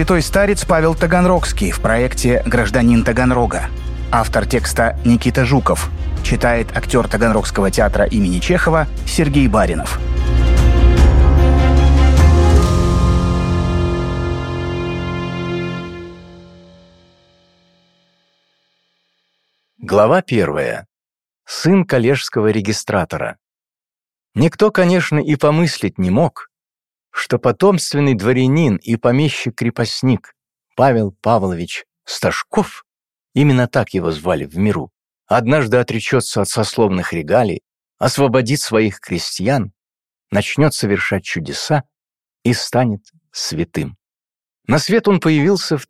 Святой старец Павел Таганрогский в проекте «Гражданин Таганрога». Автор текста Никита Жуков. Читает актер Таганрогского театра имени Чехова Сергей Баринов. Глава 1. Сын коллежского регистратора. Никто, конечно, и помыслить не мог, что потомственный дворянин и помещик-крепостник Павел Павлович Сташков, именно так его звали в миру, однажды отречется от сословных регалий, освободит своих крестьян, начнет совершать чудеса и станет святым. На свет он появился в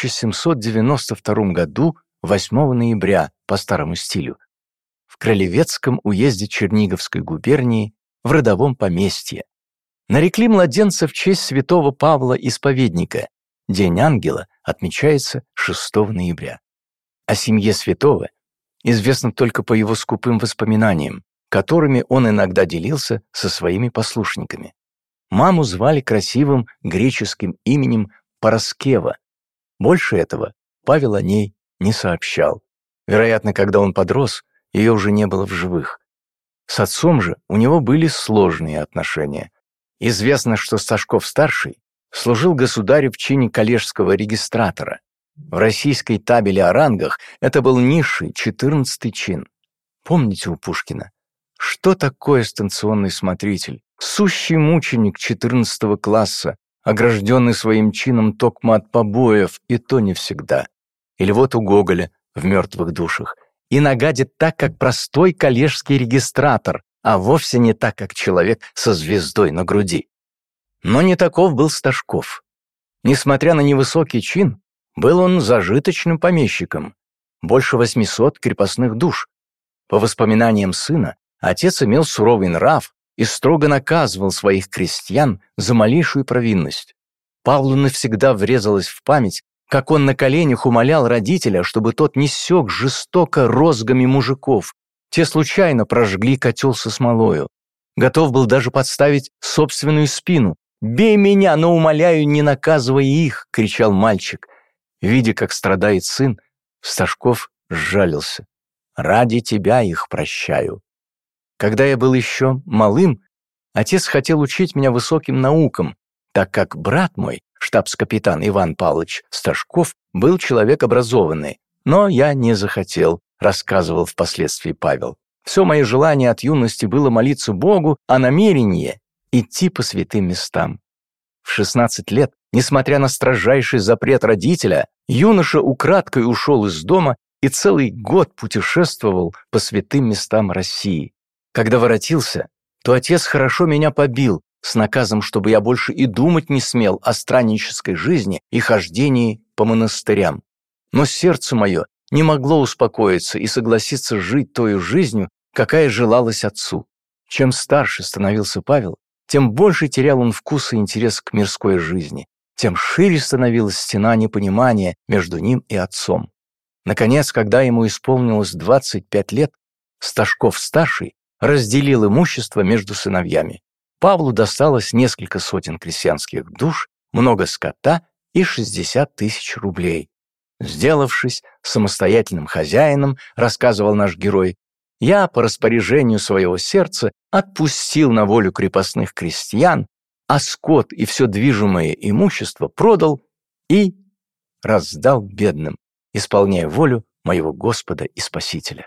1792 году, 8 ноября, по старому стилю, в Кролевецком уезде Черниговской губернии, в родовом поместье. Нарекли младенца в честь святого Павла Исповедника. День ангела отмечается 6 ноября. О семье святого известно только по его скупым воспоминаниям, которыми он иногда делился со своими послушниками. Маму звали красивым греческим именем Параскева. Больше этого Павел о ней не сообщал. Вероятно, когда он подрос, ее уже не было в живых. С отцом же у него были сложные отношения. Известно, что Сташков-старший служил государю в чине коллежского регистратора. В российской табеле о рангах это был низший 14-й чин. Помните у Пушкина? Что такое станционный смотритель? Сущий мученик 14 класса, огражденный своим чином токмо от побоев, и то не всегда. Или вот у Гоголя в «Мертвых душах». И нагадит так, как простой коллежский регистратор, а вовсе не так, как человек со звездой на груди. Но не таков был Сташков. Несмотря на невысокий чин, был он зажиточным помещиком, больше 800 крепостных душ. По воспоминаниям сына, отец имел суровый нрав и строго наказывал своих крестьян за малейшую провинность. Павлу навсегда врезалось в память, как он на коленях умолял родителя, чтобы тот не сёк жестоко розгами мужиков. Те случайно прожгли котел со смолою. Готов был даже подставить собственную спину. «Бей меня, но, умоляю, не наказывай их!» — кричал мальчик. Видя, как страдает сын, Сташков сжалился. «Ради тебя их прощаю». Когда я был еще малым, отец хотел учить меня высоким наукам, так как брат мой, штабс-капитан Иван Павлович Сташков, был человек образованный, но я не захотел, рассказывал впоследствии Павел. Все мое желание от юности было молиться Богу, а намерение — идти по святым местам. В 16 лет, несмотря на строжайший запрет родителя, юноша украдкой ушел из дома и целый год путешествовал по святым местам России. Когда воротился, то отец хорошо меня побил, с наказом, чтобы я больше и думать не смел о страннической жизни и хождении по монастырям. Но сердце мое не могло успокоиться и согласиться жить той жизнью, какая желалась отцу. Чем старше становился Павел, тем больше терял он вкус и интерес к мирской жизни, тем шире становилась стена непонимания между ним и отцом. Наконец, когда ему исполнилось 25 лет, Сташков-старший разделил имущество между сыновьями. Павлу досталось несколько сотен крестьянских душ, много скота и 60 тысяч рублей. Сделавшись самостоятельным хозяином, рассказывал наш герой, я по распоряжению своего сердца отпустил на волю крепостных крестьян, а скот и все движимое имущество продал и раздал бедным, исполняя волю моего Господа и Спасителя.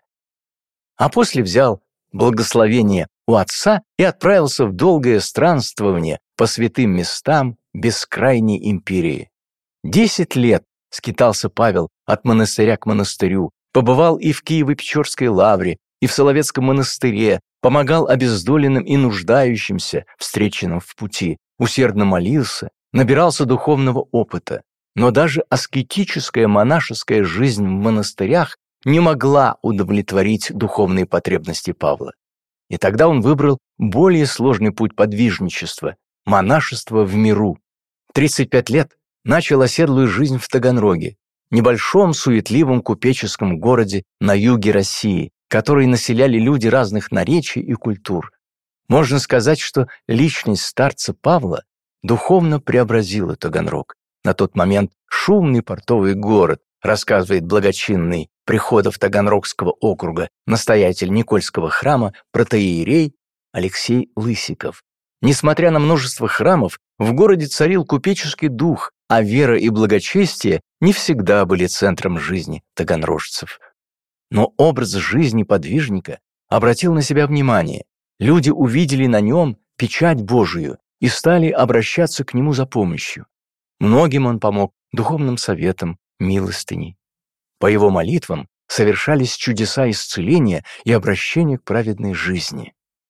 А после взял благословение у отца и отправился в долгое странствование по святым местам бескрайней империи. 10 лет скитался Павел от монастыря к монастырю, побывал и в Киево-Печорской лавре, и в Соловецком монастыре, помогал обездоленным и нуждающимся, встреченным в пути, усердно молился, набирался духовного опыта. Но даже аскетическая монашеская жизнь в монастырях не могла удовлетворить духовные потребности Павла. И тогда он выбрал более сложный путь подвижничества – монашество в миру. 35 лет начал оседлую жизнь в Таганроге, небольшом суетливом купеческом городе на юге России, который населяли люди разных наречий и культур. Можно сказать, что личность старца Павла духовно преобразила Таганрог. на тот момент шумный портовый город, рассказывает благочинный приходов Таганрогского округа настоятель Никольского храма протоиерей Алексей Лысиков. Несмотря на множество храмов, в городе царил купеческий дух, а вера и благочестие не всегда были центром жизни таганрожцев. Но образ жизни подвижника обратил на себя внимание. Люди увидели на нем печать Божию и стали обращаться к нему за помощью. Многим он помог духовным советом, милостыней. По его молитвам совершались чудеса исцеления и обращения к праведной жизни.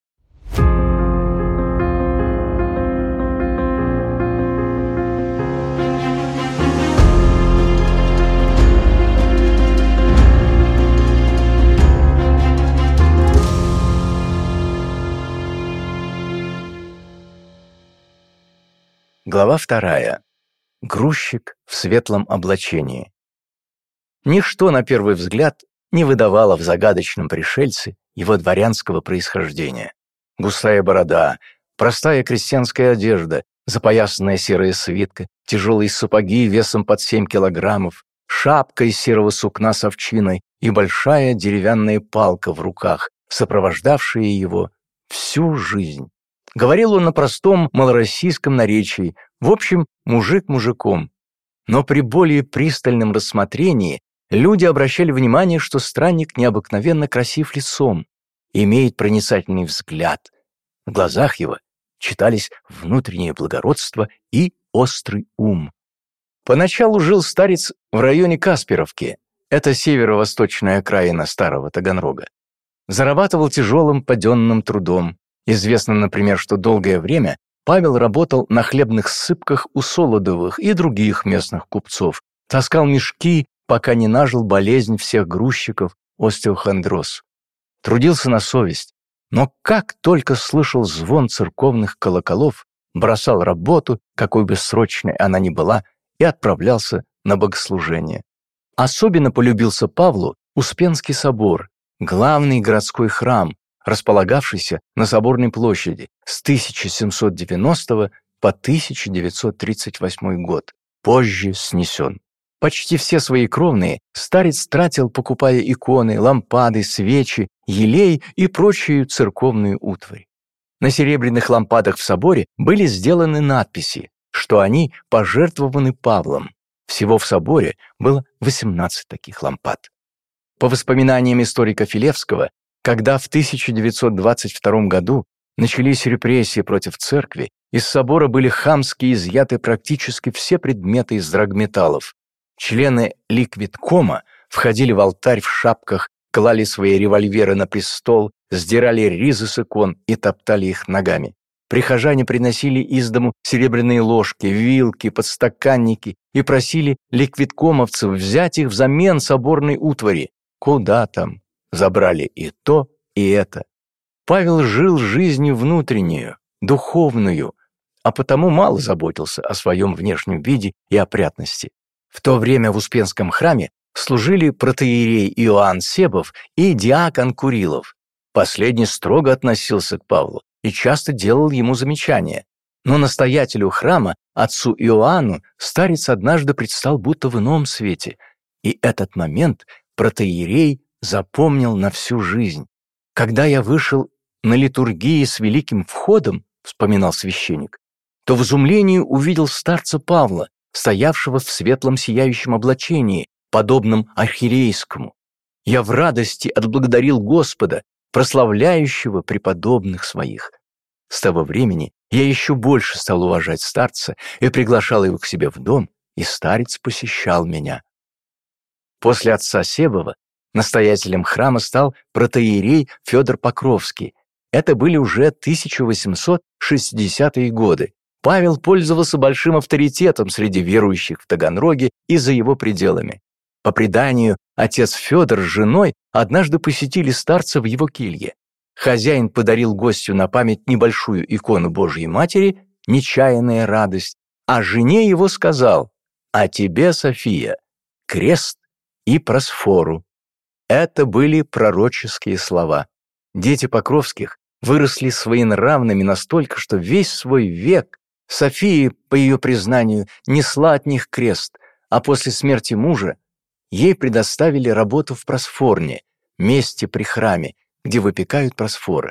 Глава 2. Грузчик в светлом облачении. Ничто, на первый взгляд, не выдавало в загадочном пришельце его дворянского происхождения. Густая борода, простая крестьянская одежда, запоясанная серая свитка, тяжелые сапоги весом под 7 килограммов, шапка из серого сукна с овчиной и большая деревянная палка в руках, сопровождавшая его всю жизнь. Говорил он на простом малороссийском наречии, в общем, мужик мужиком. Но при более пристальном рассмотрении люди обращали внимание, что странник необыкновенно красив лицом, имеет проницательный взгляд. В глазах его читались внутреннее благородство и острый ум. Поначалу жил старец в районе Касперовки, это северо-восточная окраина старого Таганрога. Зарабатывал тяжелым паденным трудом. Известно, например, что долгое время Павел работал на хлебных ссыпках у Солодовых и других местных купцов, таскал мешки, пока не нажил болезнь всех грузчиков – остеохондроз. Трудился на совесть, но как только слышал звон церковных колоколов, бросал работу, какой бы срочной она ни была, и отправлялся на богослужение. Особенно полюбился Павлу Успенский собор, главный городской храм, располагавшийся на Соборной площади с 1790 по 1938 год, позже снесен. Почти все свои кровные старец тратил, покупая иконы, лампады, свечи, елей и прочую церковную утварь. На серебряных лампадах в соборе были сделаны надписи, что они пожертвованы Павлом. Всего в соборе было 18 таких лампад. По воспоминаниям историка Филевского, когда в 1922 году начались репрессии против церкви, из собора были хамски изъяты практически все предметы из драгметаллов. Члены ликвидкома входили в алтарь в шапках, клали свои револьверы на престол, сдирали ризы с икон и топтали их ногами. Прихожане приносили из дому серебряные ложки, вилки, подстаканники и просили ликвидкомовцев взять их взамен соборной утвари. Куда там? Забрали и то, и это. Павел жил жизнью внутреннюю, духовную, а потому мало заботился о своем внешнем виде и опрятности. В то время в Успенском храме служили протоиерей Иоанн Себов и диакон Курилов. Последний строго относился к Павлу и часто делал ему замечания. Но настоятелю храма, отцу Иоанну, старец однажды предстал будто в ином свете, и этот момент протоиерей запомнил на всю жизнь. «Когда я вышел на литургии с великим входом, — вспоминал священник, — то в изумлении увидел старца Павла, стоявшего в светлом сияющем облачении, подобном архиерейскому. Я в радости отблагодарил Господа, прославляющего преподобных своих. С того времени я еще больше стал уважать старца и приглашал его к себе в дом, и старец посещал меня». После отца Себова настоятелем храма стал протоиерей Федор Покровский. Это были уже 1860-е годы. Павел пользовался большим авторитетом среди верующих в Таганроге и за его пределами. По преданию, отец Федор с женой однажды посетили старца в его келье. Хозяин подарил гостю на память небольшую икону Божьей Матери, нечаянная радость, а жене его сказал: «А тебе, София, крест и просфору». Это были пророческие слова. Дети Покровских выросли своенравными настолько, что весь свой век София, по ее признанию, несла от них крест, а после смерти мужа ей предоставили работу в просфорне, месте при храме, где выпекают просфоры.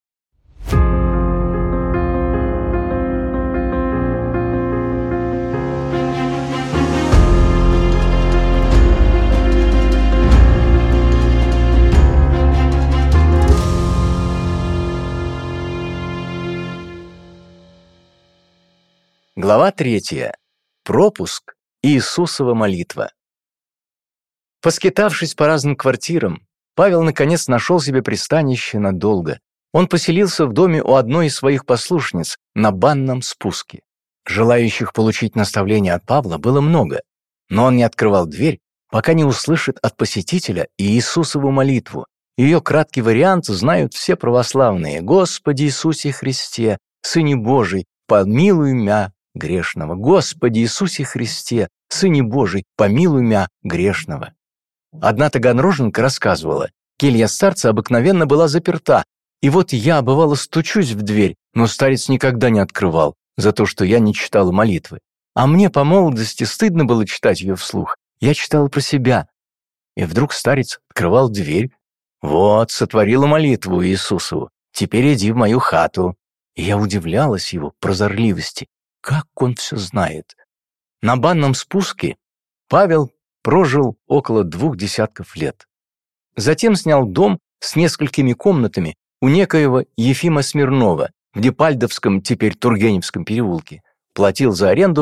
Глава 3. Пропуск и Иисусова молитва. Поскитавшись по разным квартирам, Павел наконец нашел себе пристанище надолго. Он поселился в доме у одной из своих послушниц на банном спуске. Желающих получить наставление от Павла было много, но он не открывал дверь, пока не услышит от посетителя Иисусову молитву. Ее краткий вариант знают все православные: «Господи Иисусе Христе, Сыне Божий, помилуй мя грешного! Господи Иисусе Христе, Сыне Божий, помилуй мя грешного!» Одна таганроженка рассказывала: келья старца обыкновенно была заперта, и вот я, бывало, стучусь в дверь, но старец никогда не открывал за то, что я не читала молитвы. А мне по молодости стыдно было читать ее вслух. Я читала про себя. И вдруг старец открывал дверь. «Вот, сотворила молитву Иисусову, теперь иди в мою хату». И я удивлялась его прозорливости. Как он все знает? На банном спуске Павел прожил около 2 десятков лет. Затем снял дом с несколькими комнатами у некоего Ефима Смирнова в Депальдовском, теперь Тургеневском переулке. Платил за аренду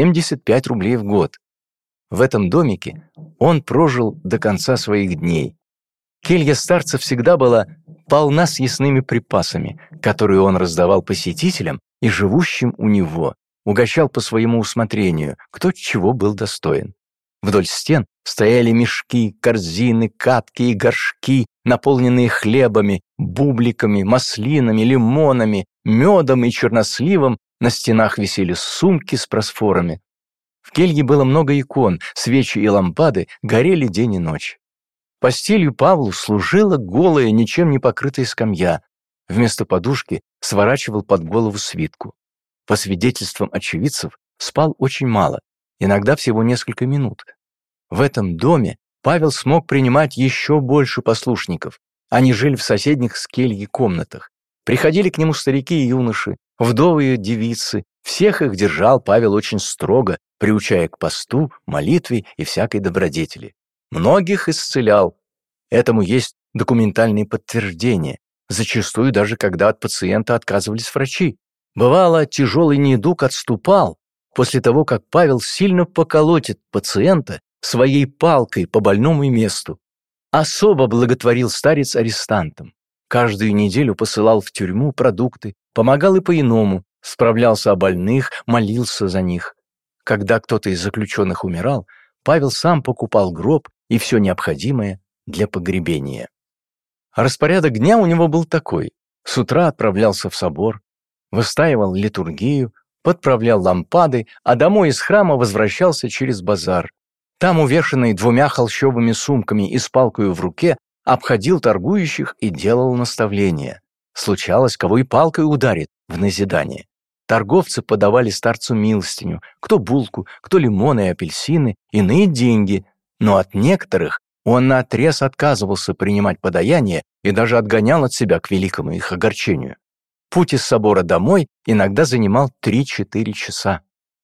75 рублей в год. В этом домике он прожил до конца своих дней. Келья старца всегда была полна съестными припасами, которые он раздавал посетителям и живущим у него, угощал по своему усмотрению, кто чего был достоин. Вдоль стен стояли мешки, корзины, катки и горшки, наполненные хлебами, бубликами, маслинами, лимонами, медом и черносливом. На стенах висели сумки с просфорами. В келье было много икон, свечи и лампады горели день и ночь. Постелью Павлу служила голая, ничем не покрытая скамья. Вместо подушки сворачивал под голову свитку. По свидетельствам очевидцев, спал очень мало, иногда всего несколько минут. В этом доме Павел смог принимать еще больше послушников. Они жили в соседних с кельей комнатах. Приходили к нему старики и юноши, вдовы и девицы. Всех их держал Павел очень строго, приучая к посту, молитве и всякой добродетели. Многих исцелял. Этому есть документальные подтверждения, зачастую даже когда от пациента отказывались врачи. Бывало, тяжелый недуг отступал после того, как Павел сильно поколотит пациента своей палкой по больному месту. Особо благотворил старец арестантам. Каждую неделю посылал в тюрьму продукты, помогал и по-иному, справлялся о больных, молился за них. Когда кто-то из заключенных умирал, Павел сам покупал гроб и все необходимое для погребения. Распорядок дня у него был такой. С утра отправлялся в собор, выстаивал литургию, подправлял лампады, а домой из храма возвращался через базар. Там, увешанный 2 холщовыми сумками и с палкою в руке, обходил торгующих и делал наставления. Случалось, кого и палкой ударит в назидание. Торговцы подавали старцу милостыню, кто булку, кто лимоны и апельсины, иные деньги, но от некоторых он наотрез отказывался принимать подаяние и даже отгонял от себя к великому их огорчению. Путь из собора домой иногда занимал 3-4 часа.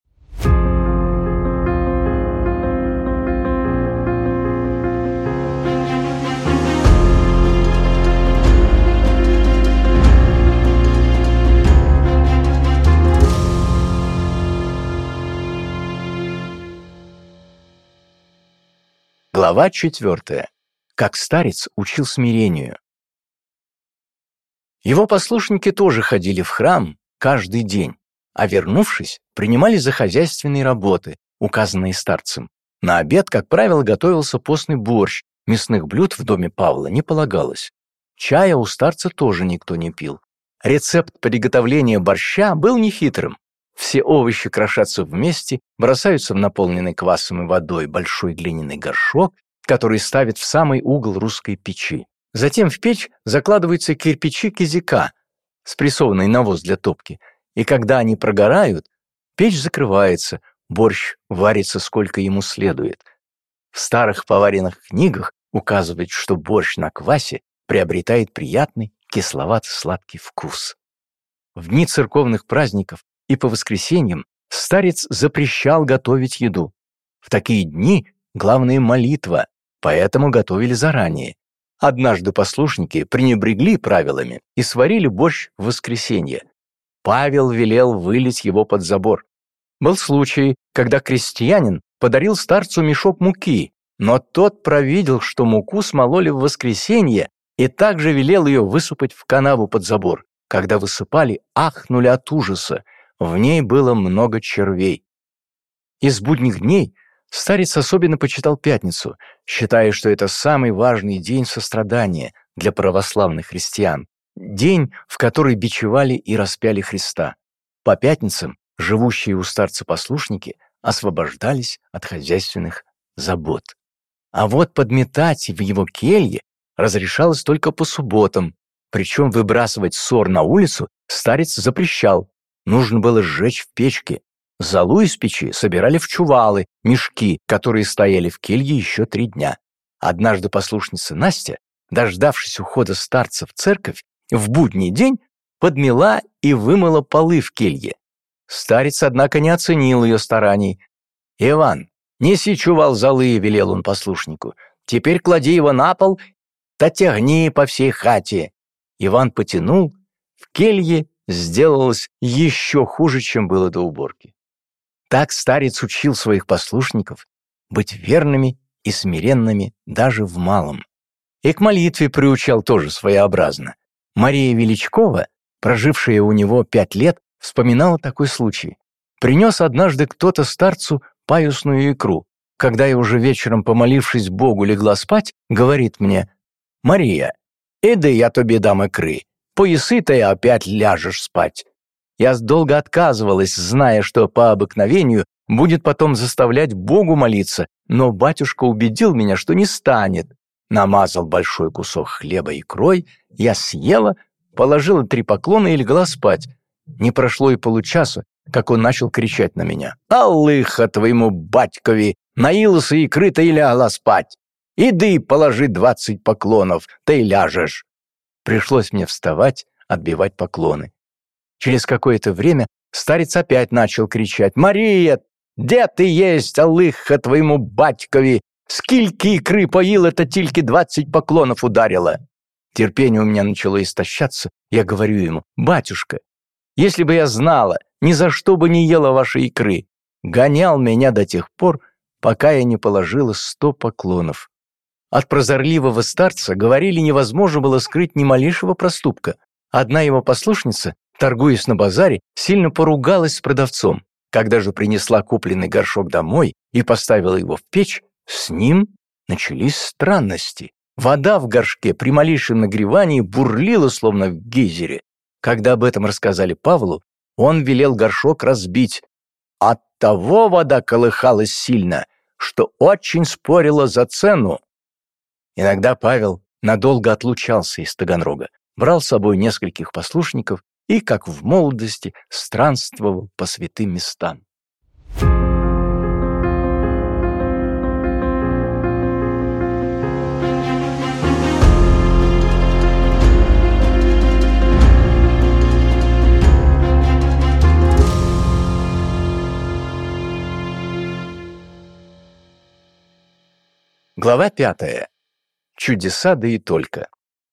Глава 4. Как старец учил смирению. Его послушники тоже ходили в храм каждый день, а вернувшись, принимались за хозяйственные работы, указанные старцем. На обед, как правило, готовился постный борщ, мясных блюд в доме Павла не полагалось. Чая у старца тоже никто не пил. Рецепт приготовления борща был нехитрым. Все овощи крошатся вместе, бросаются в наполненный квасом и водой большой глиняный горшок, который ставят в самый угол русской печи. Затем в печь закладываются кирпичи кизяка, спрессованный навоз для топки, и когда они прогорают, Печь закрывается, борщ варится сколько ему следует. В старых поваренных книгах указывает, что борщ на квасе приобретает приятный кисловато-сладкий вкус. В дни церковных праздников и по воскресеньям старец запрещал готовить еду. В такие дни главная молитва, поэтому готовили заранее. Однажды послушники пренебрегли правилами и сварили борщ в воскресенье. Павел велел вылить его под забор. Был случай, когда крестьянин подарил старцу мешок муки, но тот провидел, что муку смололи в воскресенье, и также велел ее высыпать в канаву под забор. Когда высыпали, ахнули от ужаса. В ней было много червей. Из будних дней старец особенно почитал пятницу, считая, что это самый важный день сострадания для православных христиан, день, в который бичевали и распяли Христа. По пятницам живущие у старца послушники освобождались от хозяйственных забот. А вот подметать в его келье разрешалось только по субботам, причем выбрасывать ссор на улицу старец запрещал. Нужно было сжечь в печке. Золу из печи собирали в чувалы, мешки, которые стояли в келье еще 3 дня. Однажды послушница Настя, дождавшись ухода старца в церковь, в будний день подмела и вымыла полы в келье. Старец, однако, не оценил ее стараний. «Иван, неси чувал золы», — велел он послушнику. «Теперь клади его на пол, да тягни по всей хате». Иван потянул, в келье сделалось еще хуже, чем было до уборки. Так старец учил своих послушников быть верными и смиренными даже в малом. И к молитве приучал тоже своеобразно. Мария Величкова, прожившая у него 5 лет, вспоминала такой случай. Принес однажды кто-то старцу паюсную икру. Когда я уже вечером, помолившись Богу, легла спать, говорит мне: «Мария, иди, я тебе дам икры. Поеси, ты опять ляжешь спать». Я долго отказывалась, зная, что по обыкновению будет потом заставлять Богу молиться, но батюшка убедил меня, что не станет. Намазал большой кусок хлеба икрой, я съела, положила 3 поклона и легла спать. Не прошло и получаса, как он начал кричать на меня: «Аллыха твоему батькови! Наелся икры, ты и лягла спать! Иди, положи 20 поклонов, ты и ляжешь!» Пришлось мне вставать, отбивать поклоны. Через какое-то время старец опять начал кричать: «Мария, где ты есть, аллыха твоему батькови? Скільки икры поил, это тільки 20 поклонов ударило!» Терпение у меня начало истощаться. Я говорю ему: «Батюшка, если бы я знала, ни за что бы не ела вашей икры». Гонял меня до тех пор, пока я не положила 100 поклонов. От прозорливого старца, говорили, невозможно было скрыть ни малейшего проступка. Одна его послушница, торгуясь на базаре, сильно поругалась с продавцом. Когда же принесла купленный горшок домой и поставила его в печь, с ним начались странности. Вода в горшке при малейшем нагревании бурлила, словно в гейзере. Когда об этом рассказали Павлу, он велел горшок разбить. Оттого вода колыхалась сильно, что очень спорила за цену. Иногда Павел надолго отлучался из Таганрога, брал с собой нескольких послушников и, как в молодости, странствовал по святым местам. Глава 5. Чудеса, да и только.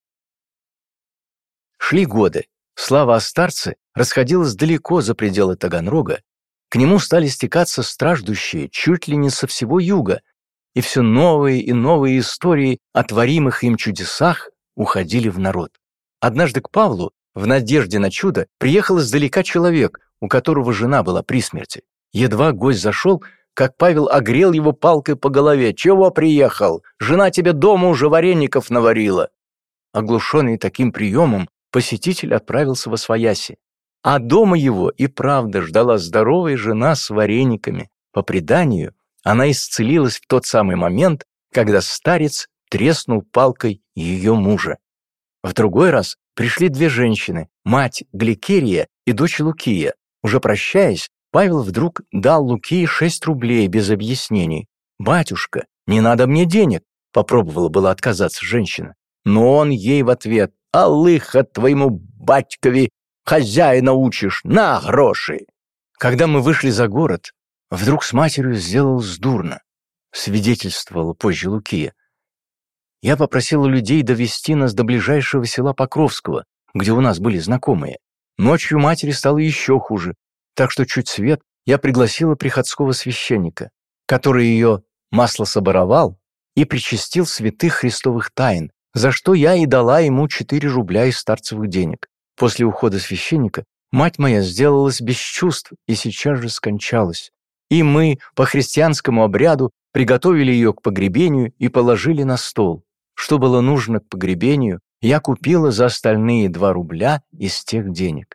Шли годы. Слава о старце расходилась далеко за пределы Таганрога. К нему стали стекаться страждущие чуть ли не со всего юга, и все новые и новые истории о творимых им чудесах уходили в народ. Однажды к Павлу, в надежде на чудо, приехал издалека человек, у которого жена была при смерти. Едва гость зашел, как Павел огрел его палкой по голове. «Чего приехал? Жена тебе дома уже вареников наварила». Оглушенный таким приемом, посетитель отправился восвояси. А дома его и правда ждала здоровая жена с варениками. По преданию, она исцелилась в тот самый момент, когда старец треснул палкой ее мужа. В другой раз пришли 2 женщины, мать Гликерия и дочь Лукия. Уже прощаясь, Павел вдруг дал Лукии 6 рублей без объяснений. «Батюшка, не надо мне денег», — попробовала было отказаться женщина. Но он ей в ответ: «Аллыха твоему батькови, хозяина учишь, на гроши!» Когда мы вышли за город, вдруг с матерью сделалось дурно, свидетельствовала позже Лукия. Я попросила людей довести нас до ближайшего села Покровского, где у нас были знакомые. Ночью матери стало еще хуже, так что чуть свет я пригласила приходского священника, который ее масло соборовал и причастил святых христовых тайн, за что я и дала ему 4 рубля из старцевых денег. После ухода священника мать моя сделалась без чувств и сейчас же скончалась. И мы по христианскому обряду приготовили ее к погребению и положили на стол. Что было нужно к погребению, я купила за остальные 2 рубля из тех денег.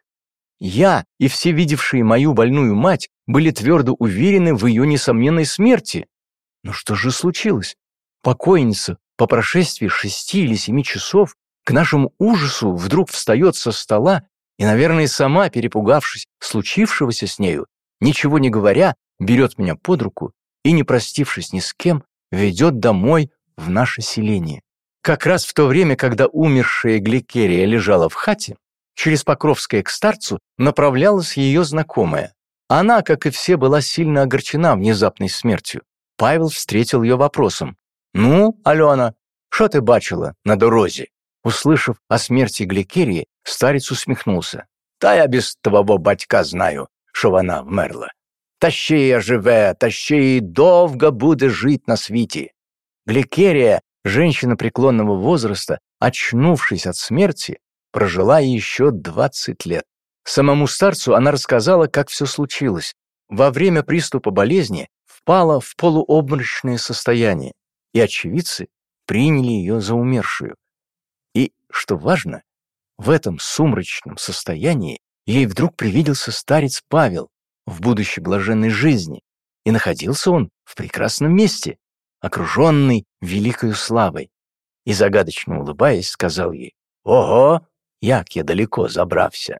Я и все видевшие мою больную мать были твердо уверены в ее несомненной смерти. Но что же случилось? Покойница по прошествии 6 или 7 часов к нашему ужасу вдруг встает со стола и, наверное, сама, перепугавшись случившегося с нею, ничего не говоря, берет меня под руку и, не простившись ни с кем, ведет домой в наше селение. Как раз в то время, когда умершая Гликерия лежала в хате, через Покровское к старцу направлялась ее знакомая. Она, как и все, была сильно огорчена внезапной смертью. Павел встретил ее вопросом: «Ну, Алена, что ты бачила на дорозі?» Услышав о смерти Гликерии, старец усмехнулся. «Та я без твого батька знаю, що вона вмерла. Та ще я живе, та ще й довго буде жить на світі». Гликерия, женщина преклонного возраста, очнувшись от смерти, прожила еще 20 лет. Самому старцу она рассказала, как все случилось. Во время приступа болезни впала в полуобморочное состояние, и очевидцы приняли ее за умершую. И, что важно, в этом сумрачном состоянии ей вдруг привиделся старец Павел в будущей блаженной жизни, и находился он в прекрасном месте, окруженный великою славой. И, загадочно улыбаясь, сказал ей: «Ого, як я далеко забрався!»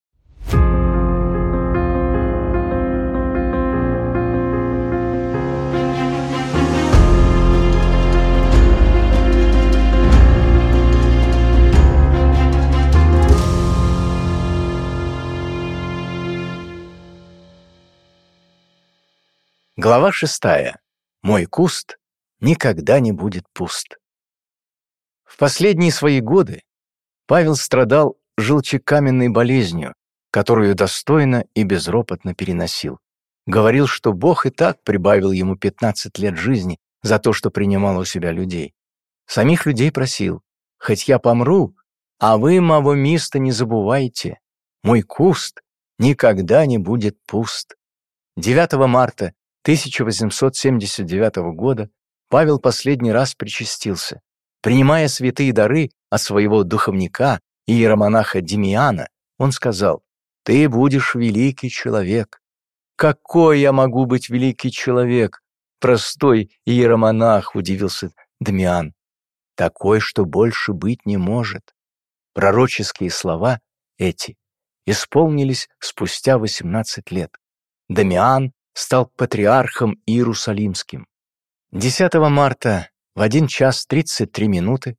Глава 6. Мой куст никогда не будет пуст. В последние свои годы Павел страдал желчекаменной болезнью, которую достойно и безропотно переносил. Говорил, что Бог и так прибавил ему 15 лет жизни за то, что принимал у себя людей. Самих людей просил: «Хоть я помру, а вы моего места не забывайте. Мой куст никогда не будет пуст». 9 марта 1879 года Павел последний раз причастился. Принимая святые дары от своего духовника, иеромонаха Демиана, он сказал: «Ты будешь великий человек». «Какой я могу быть великий человек, простой иеромонах?» — удивился Демиан. «Такой, что больше быть не может». Пророческие слова эти исполнились спустя 18 лет. Демиан стал патриархом Иерусалимским. 10 марта в 1 час 33 минуты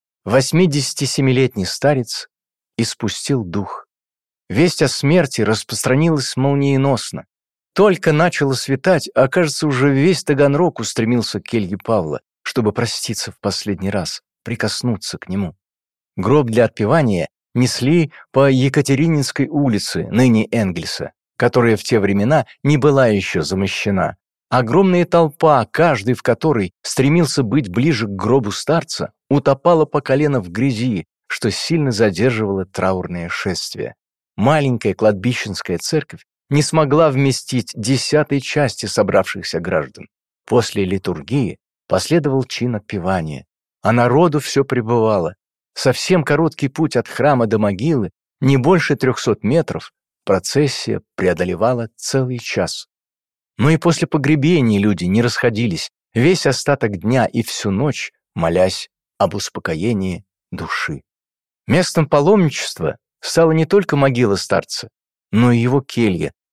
87-летний старец испустил дух. Весть о смерти распространилась молниеносно. Только начало светать, а, кажется, уже весь Таганрог устремился к келье Павла, чтобы проститься в последний раз, прикоснуться к нему. Гроб для отпевания несли по Екатерининской улице, ныне Энгельса, которая в те времена не была еще замощена. Огромная толпа, каждый в которой стремился быть ближе к гробу старца, утопала по колено в грязи, что сильно задерживало траурное шествие. Маленькая кладбищенская церковь не смогла вместить 10-й части собравшихся граждан. После литургии последовал чин отпевания, а народу все прибывало. Совсем короткий путь от храма до могилы, не больше 300 метров, процессия преодолевала целый час. Но и после погребения люди не расходились весь остаток дня и всю ночь, молясь об успокоении души. Местом паломничества стала не только могила старца, но и его келья, в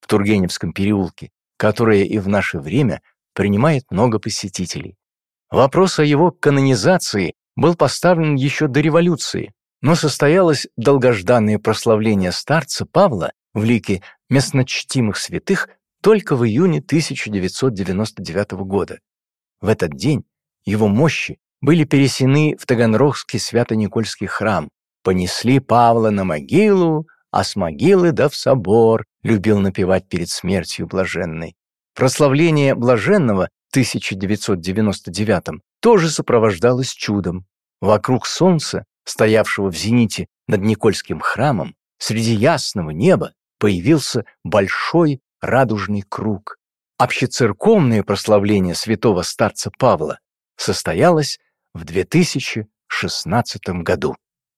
Тургеневском переулке, которое и в наше время принимает много посетителей. Вопрос о его канонизации был поставлен еще до революции, но состоялось долгожданное прославление старца Павла в лике местночтимых святых только в июне 1999 года. В этот день его мощи были перенесены в Таганрогский Свято-Никольский храм, понесли Павла на могилу, а с могилы да в собор, любил напевать перед смертью блаженной. Прославление блаженного в 1999 тоже сопровождалось чудом. Вокруг солнца, стоявшего в зените над Никольским храмом, среди ясного неба появился большой радужный круг. Общецерковное прославление святого старца Павла состоялось в 2016 году.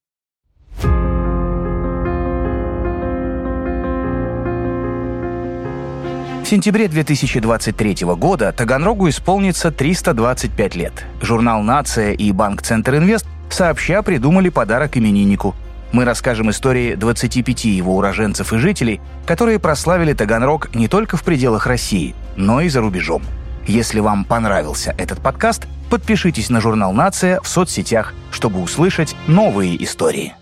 В сентябре 2023 года Таганрогу исполнится 325 лет. Журнал «Нация» и Банк Центр Инвест сообща придумали подарок имениннику. Мы расскажем истории 25 его уроженцев и жителей, которые прославили Таганрог не только в пределах России, но и за рубежом. Если вам понравился этот подкаст, подпишитесь на журнал «Нация» в соцсетях, чтобы услышать новые истории.